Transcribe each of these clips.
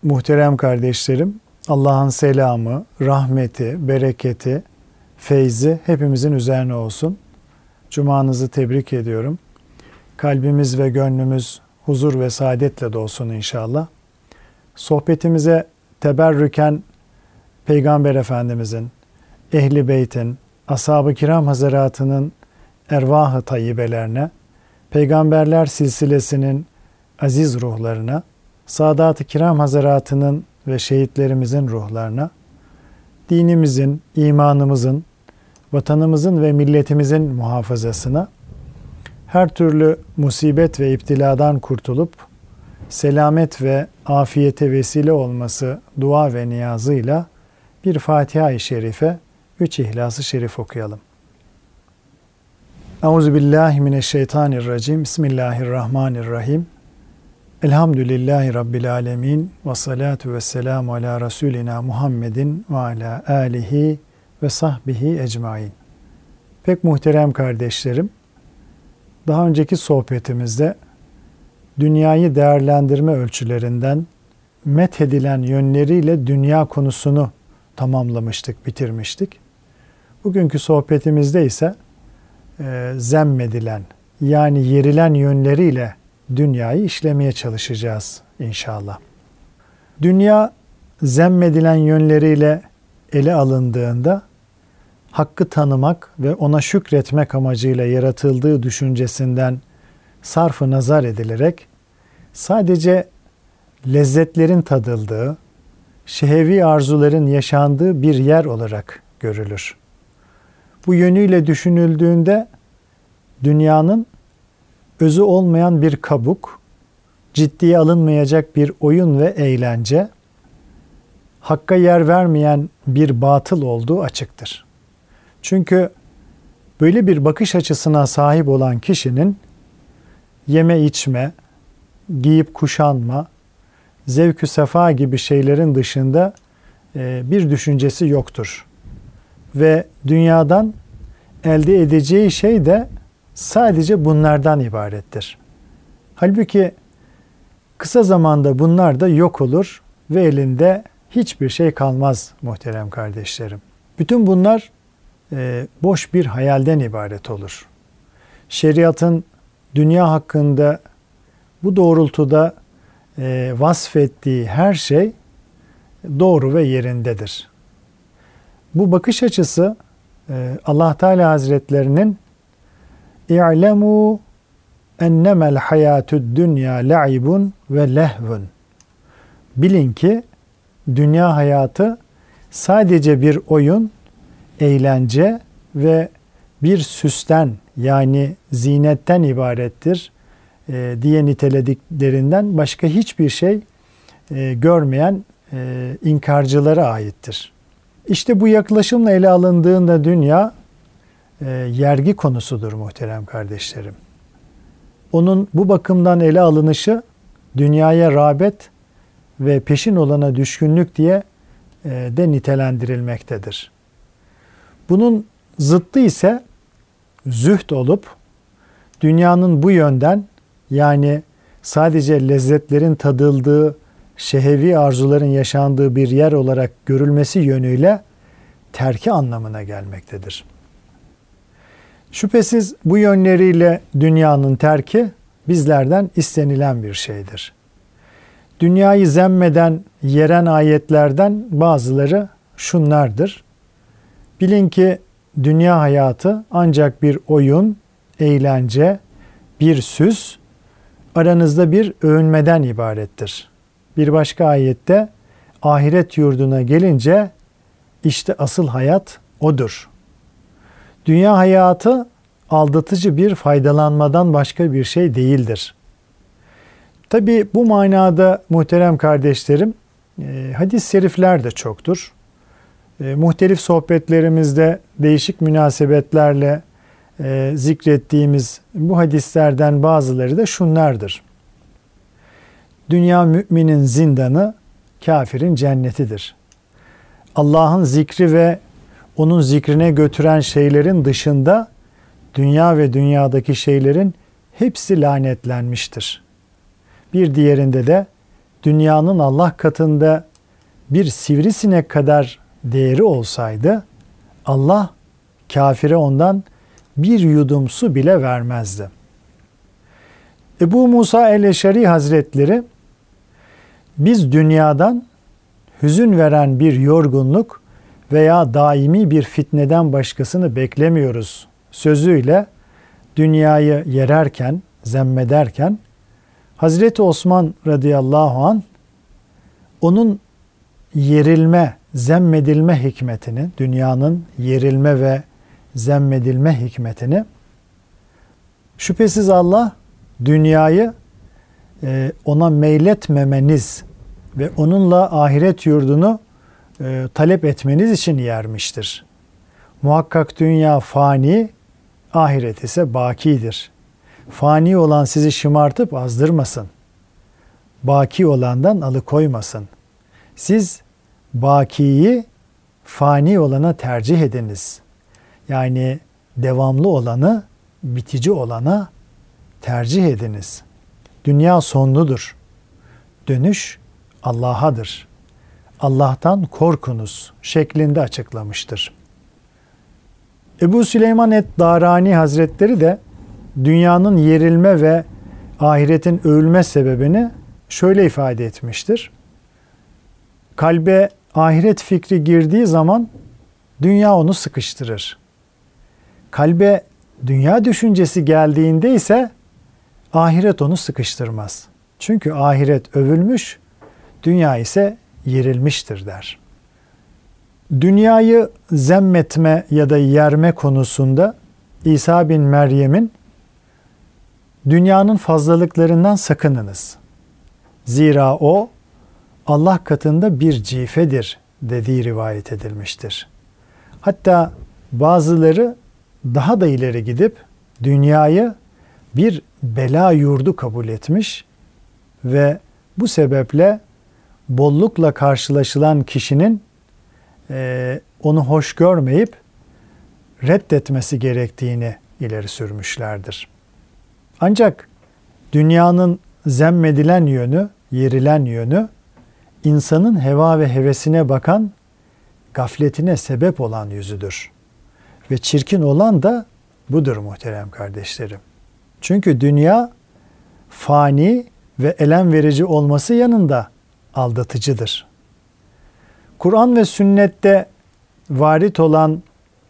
Muhterem kardeşlerim, Allah'ın selamı, rahmeti, bereketi, feyzi hepimizin üzerine olsun. Cumanızı tebrik ediyorum. Kalbimiz ve gönlümüz huzur ve saadetle dolsun inşallah. Sohbetimize teberrüken Peygamber Efendimizin, Ehl-i Beyt'in, Ashab-ı Kiram Hazaratının ervah-ı tayyibelerine, Peygamberler silsilesinin aziz ruhlarına, Sadat-ı Kiram Hazaratının ve şehitlerimizin ruhlarına, dinimizin, imanımızın, vatanımızın ve milletimizin muhafazasına, her türlü musibet ve iptiladan kurtulup, selamet ve afiyete vesile olması dua ve niyazıyla bir Fatiha-i Şerife, 3 İhlas-ı Şerif okuyalım. Euzubillahimineşşeytanirracim. Bismillahirrahmanirrahim. Elhamdülillahi Rabbil alemin. Ve salatu ve selamu ala Resulina Muhammedin ve ala alihi ve sahbihi ecmain. Pek muhterem kardeşlerim, daha önceki sohbetimizde dünyayı değerlendirme ölçülerinden methedilen yönleriyle dünya konusunu tamamlamıştık, bitirmiştik. Bugünkü sohbetimizde ise zemmedilen, yani yerilen yönleriyle dünyayı işlemeye çalışacağız inşallah. Dünya zemmedilen yönleriyle ele alındığında hakkı tanımak ve ona şükretmek amacıyla yaratıldığı düşüncesinden sarf-ı nazar edilerek sadece lezzetlerin tadıldığı, şehevi arzuların yaşandığı bir yer olarak görülür. Bu yönüyle düşünüldüğünde dünyanın özü olmayan bir kabuk, ciddiye alınmayacak bir oyun ve eğlence, hakka yer vermeyen bir batıl olduğu açıktır. Çünkü böyle bir bakış açısına sahip olan kişinin yeme içme, giyip kuşanma, zevk-ü sefa gibi şeylerin dışında bir düşüncesi yoktur. Ve dünyadan elde edeceği şey de sadece bunlardan ibarettir. Halbuki kısa zamanda bunlar da yok olur ve elinde hiçbir şey kalmaz muhterem kardeşlerim. Bütün bunlar boş bir hayalden ibaret olur. Şeriatın dünya hakkında bu doğrultuda vasfettiği her şey doğru ve yerindedir. Bu bakış açısı Allah Teala Hazretlerinin İ'lemû ennemel hayâtud dünya la'ibun ve lehvun. Bilin ki dünya hayatı sadece bir oyun, eğlence ve bir süsten, yani zinetten ibarettir diye nitelediklerinden başka hiçbir şey görmeyen inkarcılara aittir. İşte bu yaklaşımla ele alındığında dünya yergi konusudur muhterem kardeşlerim. Onun bu bakımdan ele alınışı dünyaya rağbet ve peşin olana düşkünlük diye de nitelendirilmektedir. Bunun zıttı ise zühd olup dünyanın bu yönden, yani sadece lezzetlerin tadıldığı, şehevi arzuların yaşandığı bir yer olarak görülmesi yönüyle terki anlamına gelmektedir. Şüphesiz bu yönleriyle dünyanın terki bizlerden istenilen bir şeydir. Dünyayı zemmeden, yeren ayetlerden bazıları şunlardır. Bilin ki dünya hayatı ancak bir oyun, eğlence, bir süs, aranızda bir övünmeden ibarettir. Bir başka ayette ahiret yurduna gelince işte asıl hayat odur. Dünya hayatı aldatıcı bir faydalanmadan başka bir şey değildir. Tabi bu manada muhterem kardeşlerim, hadis-i şerifler de çoktur. Muhtelif sohbetlerimizde değişik münasebetlerle zikrettiğimiz bu hadislerden bazıları da şunlardır. Dünya müminin zindanı, kafirin cennetidir. Allah'ın zikri ve onun zikrine götüren şeylerin dışında dünya ve dünyadaki şeylerin hepsi lanetlenmiştir. Bir diğerinde de dünyanın Allah katında bir sivrisinek kadar değeri olsaydı, Allah kafire ondan bir yudum su bile vermezdi. Ebu Musa el-Eşari Hazretleri, biz dünyadan hüzün veren bir yorgunluk veya daimi bir fitneden başkasını beklemiyoruz sözüyle dünyayı yererken, zemmederken, Hazreti Osman radıyallahu anh onun yerilme, zemmedilme hikmetini, dünyanın yerilme ve zemmedilme hikmetini, şüphesiz Allah dünyayı ona meyletmemeniz ve onunla ahiret yurdunu talep etmeniz için yermiştir. Muhakkak dünya fani, ahiret ise bakidir. Fani olan sizi şımartıp azdırmasın. Baki olandan alıkoymasın. Siz bakiyi fani olana tercih ediniz. Yani devamlı olanı bitici olana tercih ediniz. Dünya sonludur. Dönüş Allah'adır. Allah'tan korkunuz şeklinde açıklamıştır. Ebu Süleyman et-Darani Hazretleri de dünyanın yerilme ve ahiretin övülme sebebini şöyle ifade etmiştir. Kalbe ahiret fikri girdiği zaman dünya onu sıkıştırır. Kalbe dünya düşüncesi geldiğinde ise ahiret onu sıkıştırmaz. Çünkü ahiret övülmüş, dünya ise yerilmiştir der. Dünyayı zemmetme ya da yerme konusunda İsa bin Meryem'in dünyanın fazlalıklarından sakınınız. Zira o Allah katında bir cifedir dediği rivayet edilmiştir. Hatta bazıları daha da ileri gidip dünyayı bir bela yurdu kabul etmiş ve bu sebeple bollukla karşılaşılan kişinin onu hoş görmeyip reddetmesi gerektiğini ileri sürmüşlerdir. Ancak dünyanın zemmedilen yönü, yerilen yönü, insanın heva ve hevesine bakan, gafletine sebep olan yüzüdür. Ve çirkin olan da budur muhterem kardeşlerim. Çünkü dünya fani ve elem verici olması yanında aldatıcıdır. Kur'an ve sünnette varit olan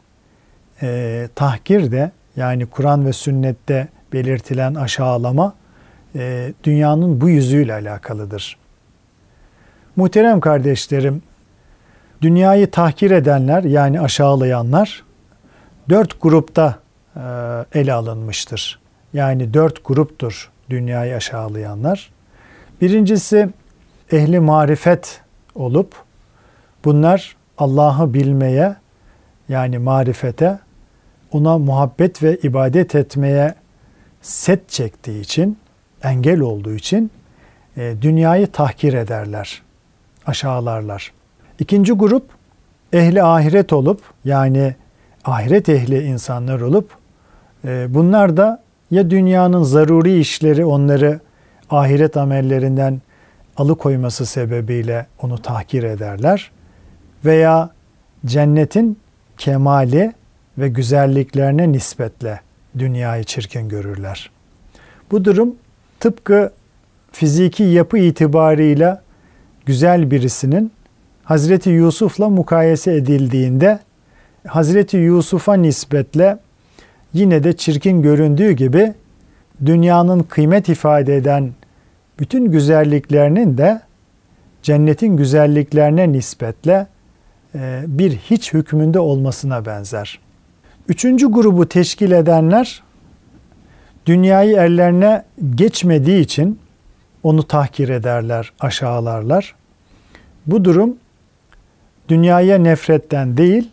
tahkir de, yani Kur'an ve sünnette belirtilen aşağılama dünyanın bu yüzüyle alakalıdır. Muhterem kardeşlerim, dünyayı tahkir edenler yani aşağılayanlar 4 grupta ele alınmıştır. Yani 4 gruptur dünyayı aşağılayanlar. Birincisi ehli marifet olup bunlar Allah'ı bilmeye yani marifete, ona muhabbet ve ibadet etmeye set çektiği için, engel olduğu için dünyayı tahkir ederler, aşağılarlar. İkinci grup ehli ahiret olup yani ahiret ehli insanlar olup bunlar da ya dünyanın zaruri işleri onları ahiret amellerinden alıkoyması sebebiyle onu tahkir ederler veya cennetin kemali ve güzelliklerine nispetle dünyayı çirkin görürler. Bu durum tıpkı fiziki yapı itibarıyla güzel birisinin Hazreti Yusuf'la mukayese edildiğinde Hazreti Yusuf'a nispetle yine de çirkin göründüğü gibi dünyanın kıymet ifade eden bütün güzelliklerinin de cennetin güzelliklerine nispetle bir hiç hükmünde olmasına benzer. Üçüncü grubu teşkil edenler dünyayı ellerine geçmediği için onu tahkir ederler, aşağılarlar. Bu durum dünyaya nefretten değil,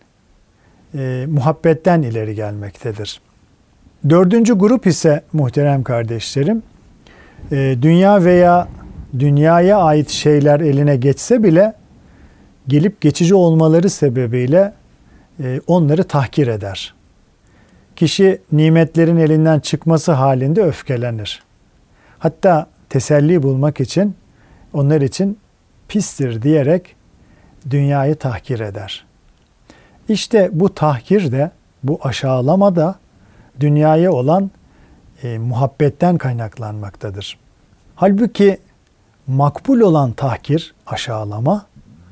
muhabbetten ileri gelmektedir. Dördüncü grup ise muhterem kardeşlerim, dünya veya dünyaya ait şeyler eline geçse bile gelip geçici olmaları sebebiyle onları tahkir eder. Kişi nimetlerin elinden çıkması halinde öfkelenir. Hatta teselli bulmak için onlar için pistir diyerek dünyayı tahkir eder. İşte bu tahkir de, bu aşağılama da dünyaya olan muhabbetten kaynaklanmaktadır. Halbuki makbul olan tahkir, aşağılama,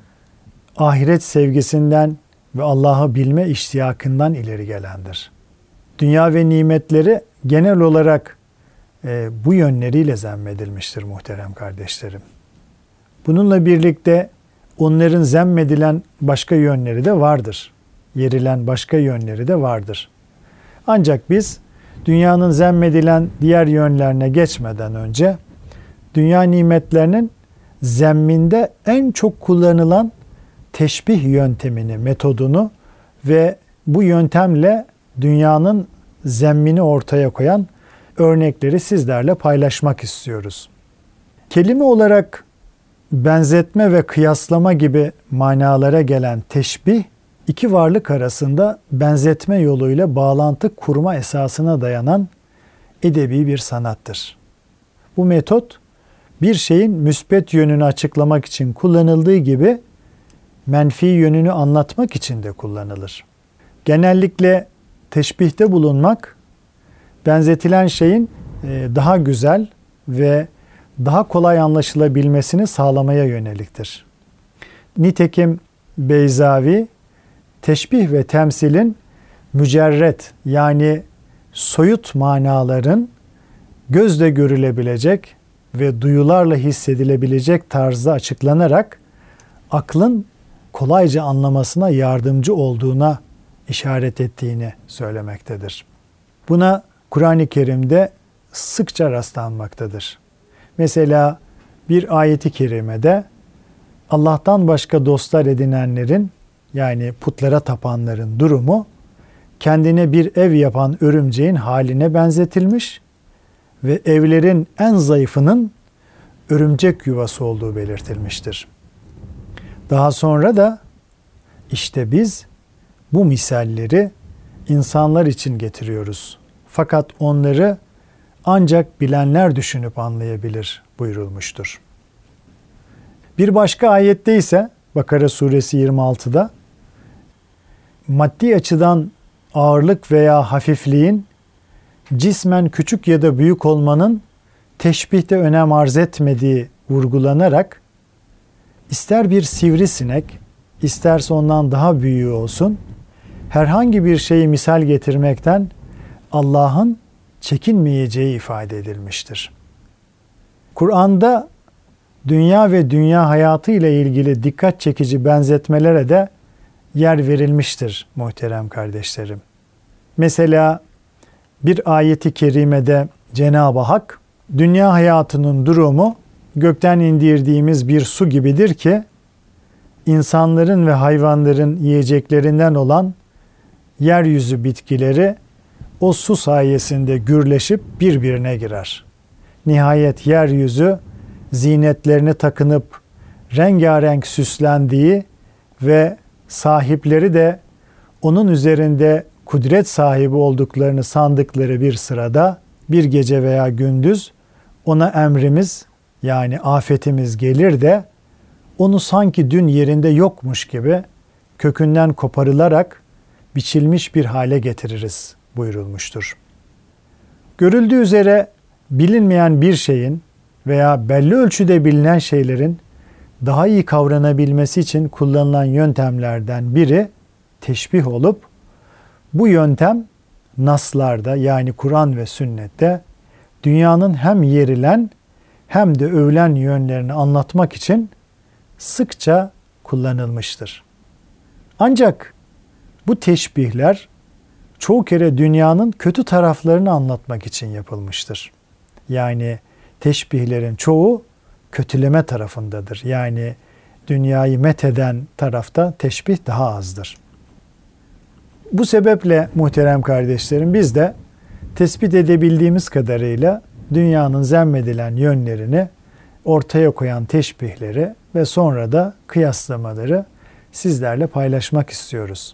ahiret sevgisinden ve Allah'ı bilme iştiyakından ileri gelendir. Dünya ve nimetleri genel olarak bu yönleriyle zemmedilmiştir muhterem kardeşlerim. Bununla birlikte onların zemmedilen başka yönleri de vardır. Yerilen başka yönleri de vardır. Ancak biz dünyanın zemmedilen diğer yönlerine geçmeden önce dünya nimetlerinin zemminde en çok kullanılan teşbih yöntemini, metodunu ve bu yöntemle dünyanın zemmini ortaya koyan örnekleri sizlerle paylaşmak istiyoruz. Kelime olarak benzetme ve kıyaslama gibi manalara gelen teşbih, iki varlık arasında benzetme yoluyla bağlantı kurma esasına dayanan edebi bir sanattır. Bu metot, bir şeyin müsbet yönünü açıklamak için kullanıldığı gibi menfi yönünü anlatmak için de kullanılır. Genellikle teşbihte bulunmak, benzetilen şeyin daha güzel ve daha kolay anlaşılabilmesini sağlamaya yöneliktir. Nitekim Beyzavi, teşbih ve temsilin mücerret yani soyut manaların gözle görülebilecek ve duyularla hissedilebilecek tarzda açıklanarak aklın kolayca anlamasına yardımcı olduğuna işaret ettiğini söylemektedir. Buna Kur'an-ı Kerim'de sıkça rastlanmaktadır. Mesela bir ayeti kerimede Allah'tan başka dostlar edinenlerin, yani putlara tapanların durumu kendine bir ev yapan örümceğin haline benzetilmiş ve evlerin en zayıfının örümcek yuvası olduğu belirtilmiştir. Daha sonra da işte biz bu misalleri insanlar için getiriyoruz. Fakat onları ancak bilenler düşünüp anlayabilir buyurulmuştur. Bir başka ayette ise Bakara suresi 26'da maddi açıdan ağırlık veya hafifliğin cismen küçük ya da büyük olmanın teşbihte önem arz etmediği vurgulanarak ister bir sivrisinek, isterse ondan daha büyüğü olsun, herhangi bir şeyi misal getirmekten Allah'ın çekinmeyeceği ifade edilmiştir. Kur'an'da dünya ve dünya hayatı ile ilgili dikkat çekici benzetmelere de yer verilmiştir muhterem kardeşlerim. Mesela bir ayeti kerimede Cenab-ı Hak, dünya hayatının durumu gökten indirdiğimiz bir su gibidir ki, insanların ve hayvanların yiyeceklerinden olan yeryüzü bitkileri o su sayesinde gürleşip birbirine girer. Nihayet yeryüzü zinetlerini takınıp rengarenk süslendiği ve sahipleri de onun üzerinde kudret sahibi olduklarını sandıkları bir sırada bir gece veya gündüz ona emrimiz yani afetimiz gelir de onu sanki dün yerinde yokmuş gibi kökünden koparılarak biçilmiş bir hale getiririz buyurulmuştur. Görüldüğü üzere bilinmeyen bir şeyin veya belli ölçüde bilinen şeylerin daha iyi kavranabilmesi için kullanılan yöntemlerden biri teşbih olup bu yöntem naslarda yani Kur'an ve sünnette dünyanın hem yerilen hem de övülen yönlerini anlatmak için sıkça kullanılmıştır. Ancak bu teşbihler çoğu kere dünyanın kötü taraflarını anlatmak için yapılmıştır. Yani teşbihlerin çoğu kötüleme tarafındadır. Yani dünyayı metheden tarafta teşbih daha azdır. Bu sebeple muhterem kardeşlerim biz de tespit edebildiğimiz kadarıyla dünyanın zemmedilen yönlerini ortaya koyan teşbihleri ve sonra da kıyaslamaları sizlerle paylaşmak istiyoruz.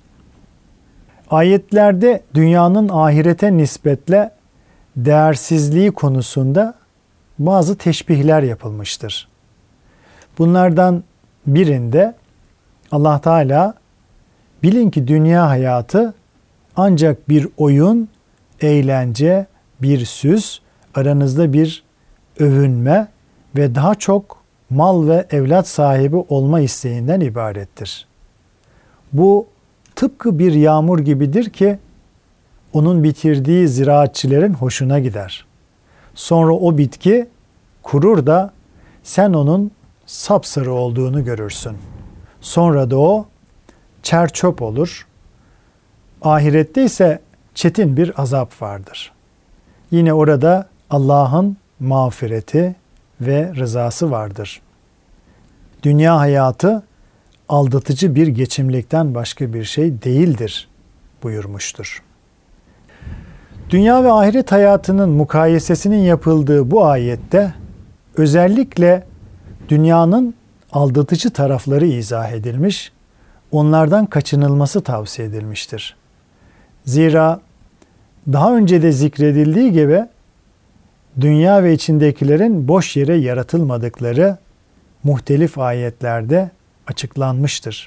Ayetlerde dünyanın ahirete nispetle değersizliği konusunda bazı teşbihler yapılmıştır. Bunlardan birinde Allah Teala bilin ki dünya hayatı ancak bir oyun, eğlence, bir süs, aranızda bir övünme ve daha çok mal ve evlat sahibi olma isteğinden ibarettir. Bu tıpkı bir yağmur gibidir ki onun bitirdiği ziraatçilerin hoşuna gider. Sonra o bitki kurur da sen onun sapsarı olduğunu görürsün. Sonra da o çer-çöp olur. Ahirette ise çetin bir azap vardır. Yine orada Allah'ın mağfireti ve rızası vardır. Dünya hayatı aldatıcı bir geçimlikten başka bir şey değildir buyurmuştur. Dünya ve ahiret hayatının mukayesesinin yapıldığı bu ayette özellikle dünyanın aldatıcı tarafları izah edilmiş, onlardan kaçınılması tavsiye edilmiştir. Zira daha önce de zikredildiği gibi dünya ve içindekilerin boş yere yaratılmadıkları muhtelif ayetlerde açıklanmıştır.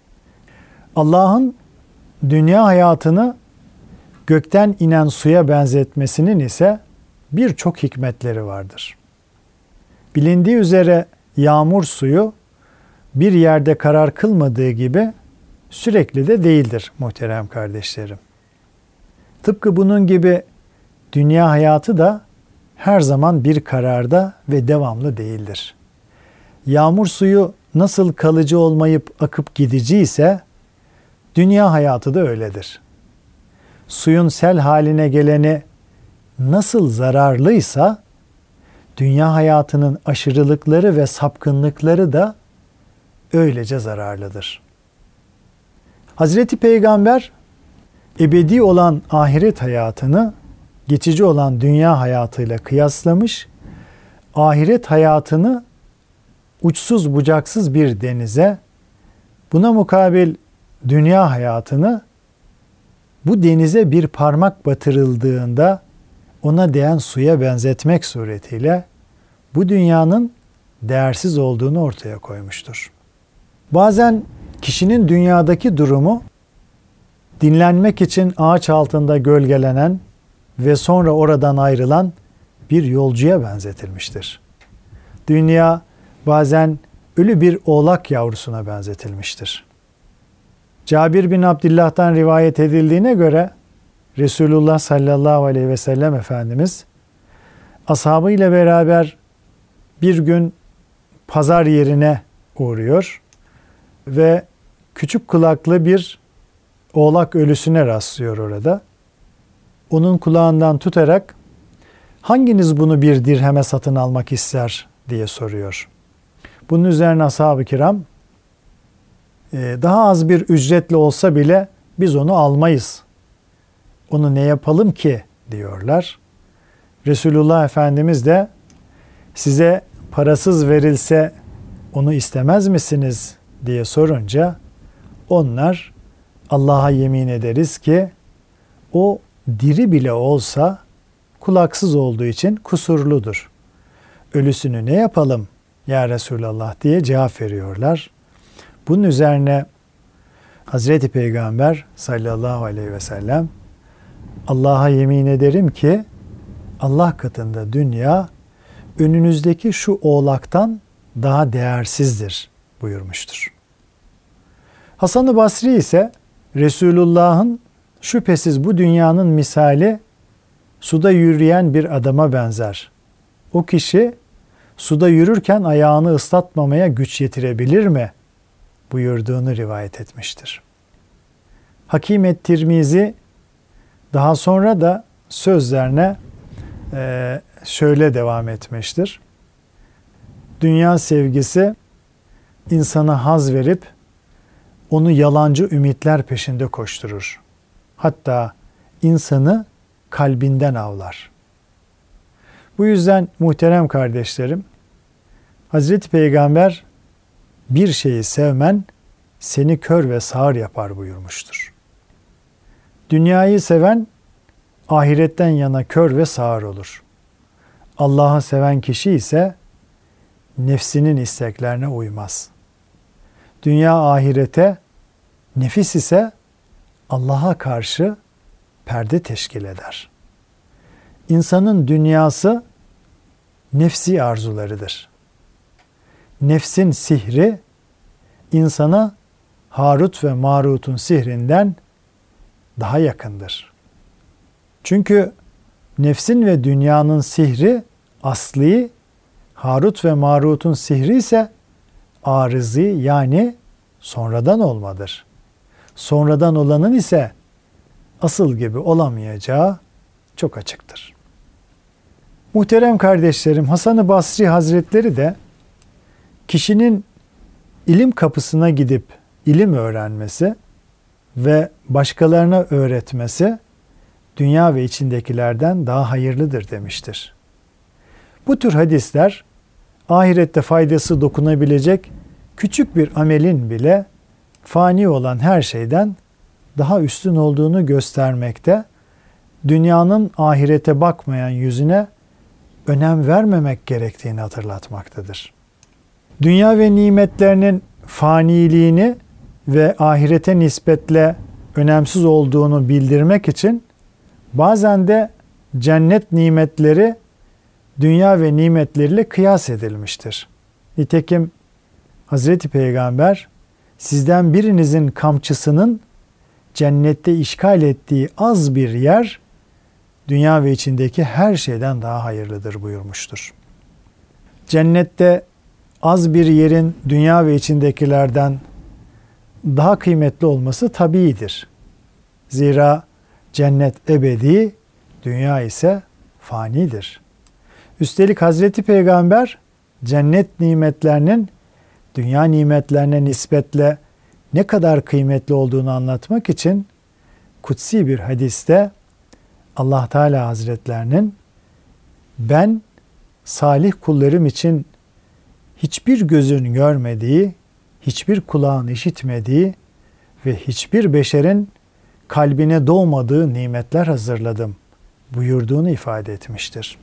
Allah'ın dünya hayatını gökten inen suya benzetmesinin ise birçok hikmetleri vardır. Bilindiği üzere yağmur suyu bir yerde karar kılmadığı gibi sürekli de değildir muhterem kardeşlerim. Tıpkı bunun gibi dünya hayatı da her zaman bir kararda ve devamlı değildir. Yağmur suyu nasıl kalıcı olmayıp akıp gidici ise dünya hayatı da öyledir. Suyun sel haline geleni nasıl zararlıysa dünya hayatının aşırılıkları ve sapkınlıkları da öylece zararlıdır. Hazreti Peygamber ebedi olan ahiret hayatını geçici olan dünya hayatıyla kıyaslamış, ahiret hayatını uçsuz bucaksız bir denize, buna mukabil dünya hayatını bu denize bir parmak batırıldığında ona değen suya benzetmek suretiyle bu dünyanın değersiz olduğunu ortaya koymuştur. Bazen kişinin dünyadaki durumu dinlenmek için ağaç altında gölgelenen ve sonra oradan ayrılan bir yolcuya benzetilmiştir. Dünya bazen ölü bir oğlak yavrusuna benzetilmiştir. Cabir bin Abdillah'tan rivayet edildiğine göre Resulullah sallallahu aleyhi ve sellem Efendimiz ashabıyla beraber bir gün pazar yerine uğruyor ve küçük kulaklı bir oğlak ölüsüne rastlıyor orada. Onun kulağından tutarak hanginiz bunu bir dirheme satın almak ister diye soruyor. Bunun üzerine ashab-ı kiram daha az bir ücretle olsa bile biz onu almayız. Onu ne yapalım ki diyorlar. Resulullah Efendimiz de size parasız verilse onu istemez misiniz diye sorunca onlar Allah'a yemin ederiz ki o diri bile olsa kulaksız olduğu için kusurludur. Ölüsünü ne yapalım ya Resulallah diye cevap veriyorlar. Bunun üzerine Hazreti Peygamber sallallahu aleyhi ve sellem Allah'a yemin ederim ki Allah katında dünya önünüzdeki şu oğlaktan daha değersizdir buyurmuştur. Hasan-ı Basri ise Resulullah'ın şüphesiz bu dünyanın misali suda yürüyen bir adama benzer. O kişi suda yürürken ayağını ıslatmamaya güç yetirebilir mi buyurduğunu rivayet etmiştir. Hakim et-Tirmizi daha sonra da sözlerine şöyle devam etmiştir. Dünya sevgisi insana haz verip onu yalancı ümitler peşinde koşturur. Hatta insanı kalbinden avlar. Bu yüzden muhterem kardeşlerim, Hazreti Peygamber bir şeyi sevmen seni kör ve sağır yapar buyurmuştur. Dünyayı seven ahiretten yana kör ve sağır olur. Allah'ı seven kişi ise nefsinin isteklerine uymaz. Dünya ahirete, nefis ise Allah'a karşı perde teşkil eder. İnsanın dünyası nefsi arzularıdır. Nefsin sihri insana Harut ve Marut'un sihrinden daha yakındır. Çünkü nefsin ve dünyanın sihri asli, Harut ve Marut'un sihri ise arızi, yani sonradan olmadır. Sonradan olanın ise asıl gibi olamayacağı çok açıktır. Muhterem kardeşlerim, Hasan-ı Basri Hazretleri de kişinin ilim kapısına gidip ilim öğrenmesi ve başkalarına öğretmesi dünya ve içindekilerden daha hayırlıdır demiştir. Bu tür hadisler ahirette faydası dokunabilecek küçük bir amelin bile fani olan her şeyden daha üstün olduğunu göstermekte, dünyanın ahirete bakmayan yüzüne önem vermemek gerektiğini hatırlatmaktadır. Dünya ve nimetlerinin faniliğini ve ahirete nispetle önemsiz olduğunu bildirmek için bazen de cennet nimetleri dünya ve nimetleriyle kıyas edilmiştir. Nitekim Hazreti Peygamber, sizden birinizin kamçısının cennette işgal ettiği az bir yer, dünya ve içindeki her şeyden daha hayırlıdır buyurmuştur. Cennette az bir yerin dünya ve içindekilerden daha kıymetli olması tabiidir. Zira cennet ebedi, dünya ise fanidir. Üstelik Hazreti Peygamber cennet nimetlerinin dünya nimetlerine nispetle ne kadar kıymetli olduğunu anlatmak için kutsi bir hadiste Allah Teala Hazretlerinin ben salih kullarım için hiçbir gözün görmediği, hiçbir kulağın işitmediği ve hiçbir beşerin kalbine doğmadığı nimetler hazırladım buyurduğunu ifade etmiştir.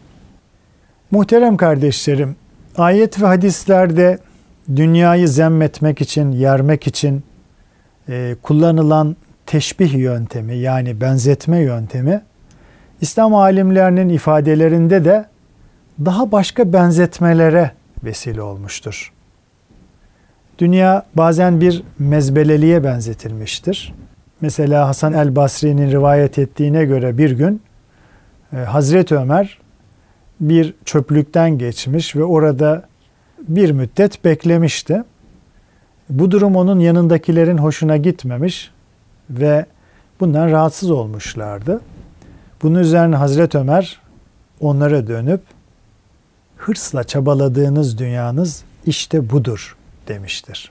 Muhterem kardeşlerim, ayet ve hadislerde dünyayı zemmetmek için, yermek için kullanılan teşbih yöntemi, yani benzetme yöntemi, İslam alimlerinin ifadelerinde de daha başka benzetmelere vesile olmuştur. Dünya bazen bir mezbeleliğe benzetilmiştir. Mesela Hasan el-Basri'nin rivayet ettiğine göre bir gün Hazreti Ömer bir çöplükten geçmiş ve orada bir müddet beklemişti. Bu durum onun yanındakilerin hoşuna gitmemiş ve bundan rahatsız olmuşlardı. Bunun üzerine Hazreti Ömer onlara dönüp hırsla çabaladığınız dünyanız işte budur demiştir.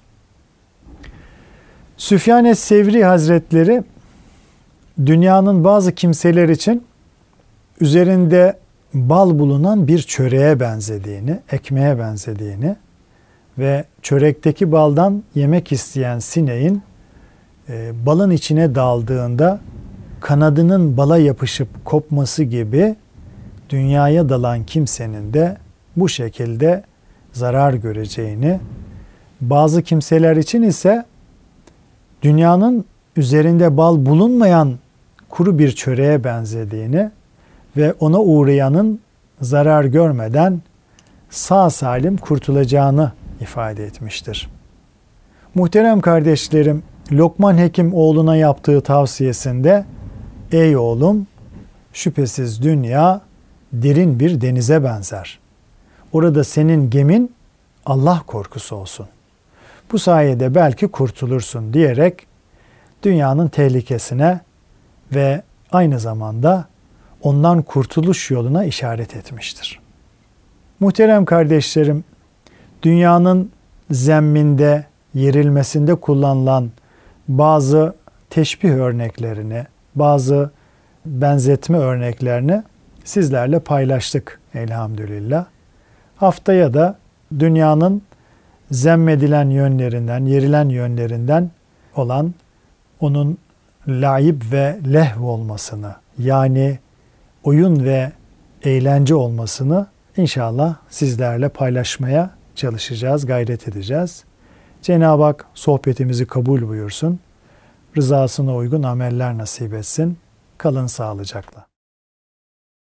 Süfyan es-Sevri Hazretleri dünyanın bazı kimseler için üzerinde bal bulunan bir çöreğe benzediğini, ekmeğe benzediğini ve çörekteki baldan yemek isteyen sineğin balın içine daldığında kanadının bala yapışıp kopması gibi dünyaya dalan kimsenin de bu şekilde zarar göreceğini, bazı kimseler için ise dünyanın üzerinde bal bulunmayan kuru bir çöreğe benzediğini ve ona uğrayanın zarar görmeden sağ salim kurtulacağını ifade etmiştir. Muhterem kardeşlerim, Lokman Hekim oğluna yaptığı tavsiyesinde ey oğlum, şüphesiz dünya derin bir denize benzer. Orada senin gemin Allah korkusu olsun. Bu sayede belki kurtulursun diyerek dünyanın tehlikesine ve aynı zamanda ondan kurtuluş yoluna işaret etmiştir. Muhterem kardeşlerim, dünyanın zemminde, yerilmesinde kullanılan bazı teşbih örneklerini, bazı benzetme örneklerini sizlerle paylaştık elhamdülillah. Haftaya da dünyanın zemmedilen yönlerinden, yerilen yönlerinden olan onun laib ve lehv olmasını, yani oyun ve eğlence olmasını İnşallah sizlerle paylaşmaya çalışacağız, gayret edeceğiz. Cenab-ı Hak sohbetimizi kabul buyursun. Rızasına uygun ameller nasip etsin. Kalın sağlıcakla.